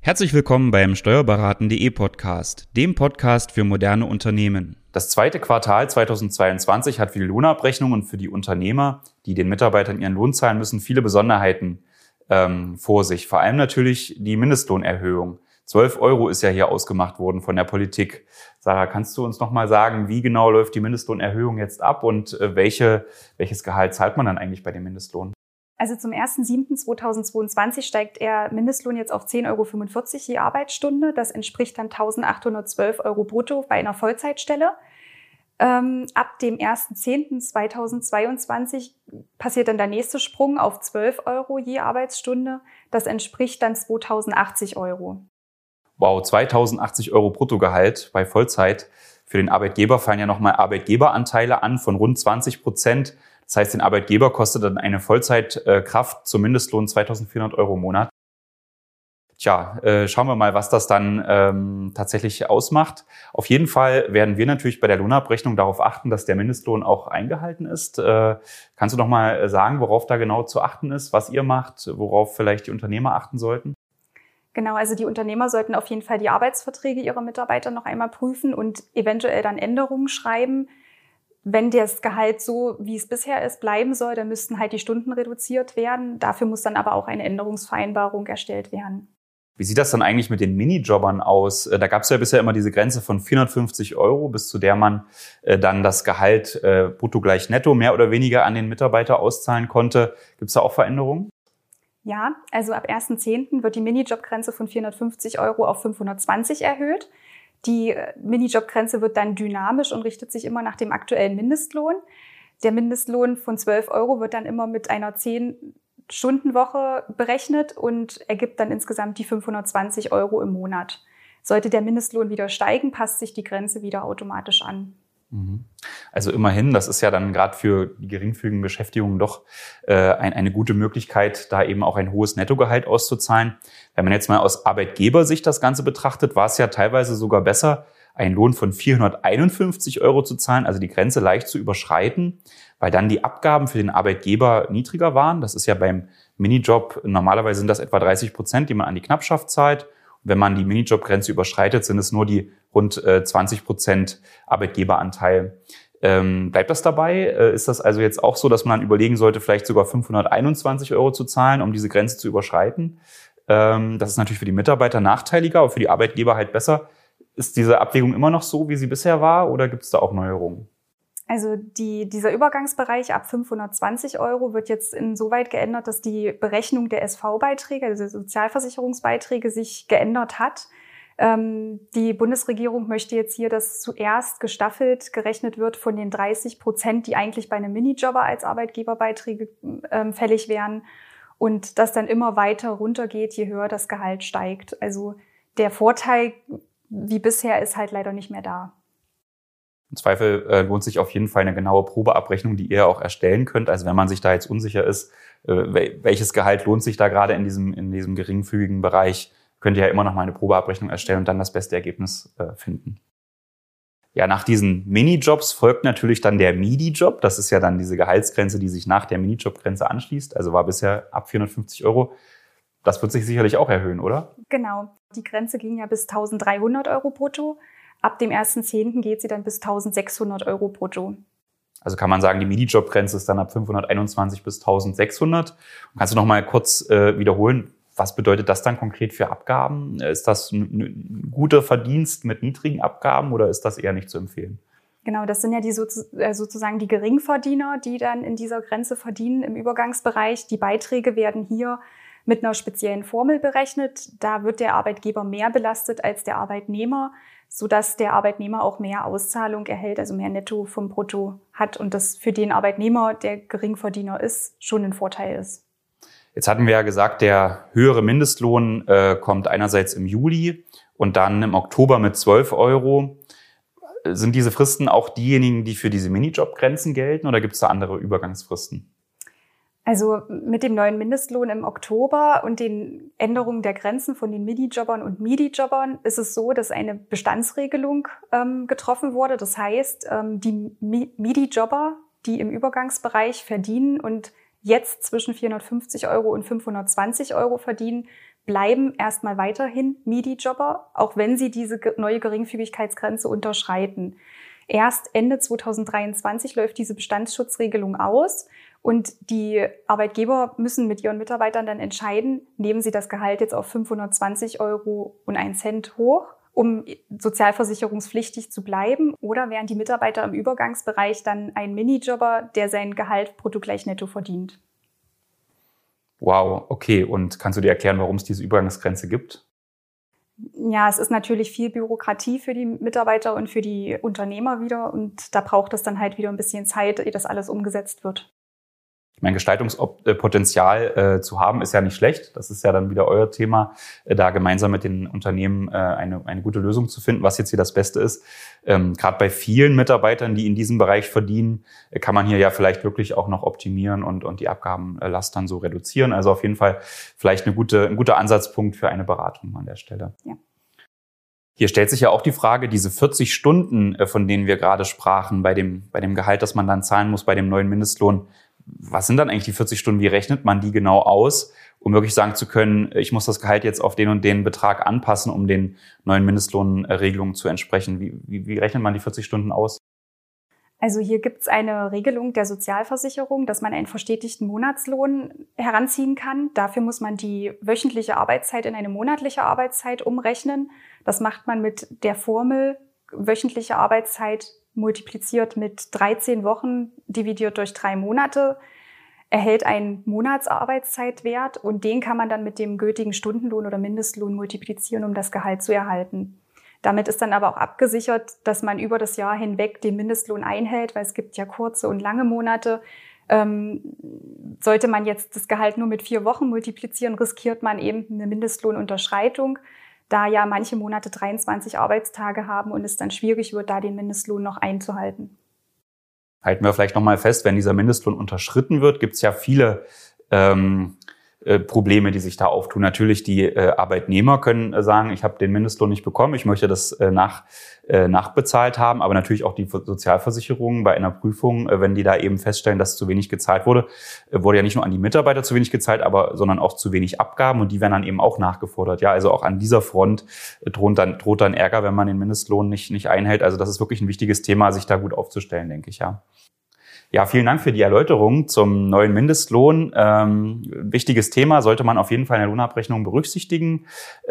Herzlich willkommen beim Steuerberaten.de Podcast, dem Podcast für moderne Unternehmen. Das zweite Quartal 2022 hat für die Lohnabrechnung und für die Unternehmer, die den Mitarbeitern ihren Lohn zahlen müssen, viele Besonderheiten vor sich. Vor allem natürlich die Mindestlohnerhöhung. 12 Euro ist ja hier ausgemacht worden von der Politik. Sarah, kannst du uns noch mal sagen, wie genau läuft die Mindestlohnerhöhung jetzt ab und welches Gehalt zahlt man dann eigentlich bei dem Mindestlohn? Also zum 1.7.2022 steigt der Mindestlohn jetzt auf 10,45 Euro je Arbeitsstunde. Das entspricht dann 1.812 Euro brutto bei einer Vollzeitstelle. Ab dem 1.10.2022 passiert dann der nächste Sprung auf 12 Euro je Arbeitsstunde. Das entspricht dann 2.080 Euro. Wow, 2.080 Euro Bruttogehalt bei Vollzeit. Für den Arbeitgeber fallen ja nochmal Arbeitgeberanteile an von rund 20%. Das heißt, den Arbeitgeber kostet dann eine Vollzeitkraft zum Mindestlohn 2.400 Euro im Monat. Tja, schauen wir mal, was das dann tatsächlich ausmacht. Auf jeden Fall werden wir natürlich bei der Lohnabrechnung darauf achten, dass der Mindestlohn auch eingehalten ist. Kannst du noch mal sagen, worauf da genau zu achten ist, was ihr macht, worauf vielleicht die Unternehmer achten sollten? Genau, also die Unternehmer sollten auf jeden Fall die Arbeitsverträge ihrer Mitarbeiter noch einmal prüfen und eventuell dann Änderungen schreiben. Wenn das Gehalt so, wie es bisher ist, bleiben soll, dann müssten halt die Stunden reduziert werden. Dafür muss dann aber auch eine Änderungsvereinbarung erstellt werden. Wie sieht das dann eigentlich mit den Minijobbern aus? Da gab es ja bisher immer diese Grenze von 450 Euro, bis zu der man dann das Gehalt brutto gleich netto mehr oder weniger an den Mitarbeiter auszahlen konnte. Gibt es da auch Veränderungen? Ja, also ab 1.10. wird die Minijobgrenze von 450 Euro auf 520 erhöht. Die Minijobgrenze wird dann dynamisch und richtet sich immer nach dem aktuellen Mindestlohn. Der Mindestlohn von 12 Euro wird dann immer mit einer 10-Stunden-Woche berechnet und ergibt dann insgesamt die 520 Euro im Monat. Sollte der Mindestlohn wieder steigen, passt sich die Grenze wieder automatisch an. Also immerhin, das ist ja dann gerade für die geringfügigen Beschäftigungen doch eine gute Möglichkeit, da eben auch ein hohes Nettogehalt auszuzahlen. Wenn man jetzt mal aus Arbeitgebersicht das Ganze betrachtet, war es ja teilweise sogar besser, einen Lohn von 451 Euro zu zahlen, also die Grenze leicht zu überschreiten, weil dann die Abgaben für den Arbeitgeber niedriger waren. Das ist ja beim Minijob, normalerweise sind das etwa 30%, die man an die Knappschaft zahlt. Wenn man die Minijobgrenze überschreitet, sind es nur die rund 20% Arbeitgeberanteil. Bleibt das dabei? Ist das also jetzt auch so, dass man dann überlegen sollte, vielleicht sogar 521 Euro zu zahlen, um diese Grenze zu überschreiten? Das ist natürlich für die Mitarbeiter nachteiliger, aber für die Arbeitgeber halt besser. Ist diese Abwägung immer noch so, wie sie bisher war, oder gibt es da auch Neuerungen? Also dieser Übergangsbereich ab 520 Euro wird jetzt insoweit geändert, dass die Berechnung der SV-Beiträge, also der Sozialversicherungsbeiträge, sich geändert hat. Die Bundesregierung möchte jetzt hier, dass zuerst gestaffelt gerechnet wird von den 30%, die eigentlich bei einem Minijobber als Arbeitgeberbeiträge fällig wären, und das dann immer weiter runtergeht, je höher das Gehalt steigt. Also der Vorteil wie bisher ist halt leider nicht mehr da. Im Zweifel lohnt sich auf jeden Fall eine genaue Probeabrechnung, die ihr auch erstellen könnt. Also wenn man sich da jetzt unsicher ist, welches Gehalt lohnt sich da gerade in diesem geringfügigen Bereich, könnt ihr ja immer noch mal eine Probeabrechnung erstellen und dann das beste Ergebnis finden. Ja, nach diesen Minijobs folgt natürlich dann der Midi-Job. Das ist ja dann diese Gehaltsgrenze, die sich nach der Minijobgrenze anschließt. Also war bisher ab 450 Euro. Das wird sich sicherlich auch erhöhen, oder? Genau. Die Grenze ging ja bis 1.300 Euro brutto. Ab dem 1.10. geht sie dann bis 1.600 Euro brutto. Also kann man sagen, die Minijobgrenze ist dann ab 521 bis 1.600. Kannst du noch mal kurz wiederholen, was bedeutet das dann konkret für Abgaben? Ist das ein guter Verdienst mit niedrigen Abgaben oder ist das eher nicht zu empfehlen? Genau, das sind ja die sozusagen die Geringverdiener, die dann in dieser Grenze verdienen im Übergangsbereich. Die Beiträge werden hier mit einer speziellen Formel berechnet. Da wird der Arbeitgeber mehr belastet als der Arbeitnehmer, sodass der Arbeitnehmer auch mehr Auszahlung erhält, also mehr Netto vom Brutto hat und das für den Arbeitnehmer, der Geringverdiener ist, schon ein Vorteil ist. Jetzt hatten wir ja gesagt, der höhere Mindestlohn kommt einerseits im Juli und dann im Oktober mit 12 Euro. Sind diese Fristen auch diejenigen, die für diese Minijobgrenzen gelten oder gibt es da andere Übergangsfristen? Also mit dem neuen Mindestlohn im Oktober und den Änderungen der Grenzen von den Minijobbern und Midi-Jobbern ist es so, dass eine Bestandsregelung getroffen wurde. Das heißt, die Midi-Jobber, die im Übergangsbereich verdienen und jetzt zwischen 450 Euro und 520 Euro verdienen, bleiben erstmal weiterhin MIDI-Jobber, auch wenn sie diese neue Geringfügigkeitsgrenze unterschreiten. Erst Ende 2023 läuft diese Bestandsschutzregelung aus und die Arbeitgeber müssen mit ihren Mitarbeitern dann entscheiden, nehmen sie das Gehalt jetzt auf 520,01 € hoch, um sozialversicherungspflichtig zu bleiben, oder wären die Mitarbeiter im Übergangsbereich dann ein Minijobber, der sein Gehalt brutto gleich netto verdient. Wow, okay. Und kannst du dir erklären, warum es diese Übergangsgrenze gibt? Ja, es ist natürlich viel Bürokratie für die Mitarbeiter und für die Unternehmer wieder. Und da braucht es dann halt wieder ein bisschen Zeit, ehe das alles umgesetzt wird. Mein Gestaltungspotenzial zu haben, ist ja nicht schlecht. Das ist ja dann wieder euer Thema, da gemeinsam mit den Unternehmen eine gute Lösung zu finden, was jetzt hier das Beste ist. Gerade bei vielen Mitarbeitern, die in diesem Bereich verdienen, kann man hier ja vielleicht wirklich auch noch optimieren und die Abgabenlast dann so reduzieren. Also auf jeden Fall vielleicht ein guter Ansatzpunkt für eine Beratung an der Stelle. Ja. Hier stellt sich ja auch die Frage, diese 40 Stunden, von denen wir gerade sprachen, bei dem Gehalt, das man dann zahlen muss bei dem neuen Mindestlohn. Was sind dann eigentlich die 40 Stunden? Wie rechnet man die genau aus, um wirklich sagen zu können, ich muss das Gehalt jetzt auf den und den Betrag anpassen, um den neuen Mindestlohnregelungen zu entsprechen? Wie rechnet man die 40 Stunden aus? Also hier gibt es eine Regelung der Sozialversicherung, dass man einen verstetigten Monatslohn heranziehen kann. Dafür muss man die wöchentliche Arbeitszeit in eine monatliche Arbeitszeit umrechnen. Das macht man mit der Formel wöchentliche Arbeitszeit multipliziert mit 13 Wochen dividiert durch 3 Monate, erhält einen Monatsarbeitszeitwert und den kann man dann mit dem gültigen Stundenlohn oder Mindestlohn multiplizieren, um das Gehalt zu erhalten. Damit ist dann aber auch abgesichert, dass man über das Jahr hinweg den Mindestlohn einhält, weil es gibt ja kurze und lange Monate. Sollte man jetzt das Gehalt nur mit 4 Wochen multiplizieren, riskiert man eben eine Mindestlohnunterschreitung, da ja manche Monate 23 Arbeitstage haben und es dann schwierig wird, da den Mindestlohn noch einzuhalten. Halten wir vielleicht nochmal fest, wenn dieser Mindestlohn unterschritten wird, gibt es ja viele Probleme, die sich da auftun. Natürlich, die Arbeitnehmer können sagen, ich habe den Mindestlohn nicht bekommen, ich möchte das nachbezahlt haben, aber natürlich auch die Sozialversicherungen bei einer Prüfung, wenn die da eben feststellen, dass zu wenig gezahlt wurde, wurde ja nicht nur an die Mitarbeiter zu wenig gezahlt, sondern auch zu wenig Abgaben und die werden dann eben auch nachgefordert. Ja, also auch an dieser Front droht dann Ärger, wenn man den Mindestlohn nicht einhält. Also das ist wirklich ein wichtiges Thema, sich da gut aufzustellen, denke ich, ja. Ja, vielen Dank für die Erläuterung zum neuen Mindestlohn. Wichtiges Thema, sollte man auf jeden Fall in der Lohnabrechnung berücksichtigen.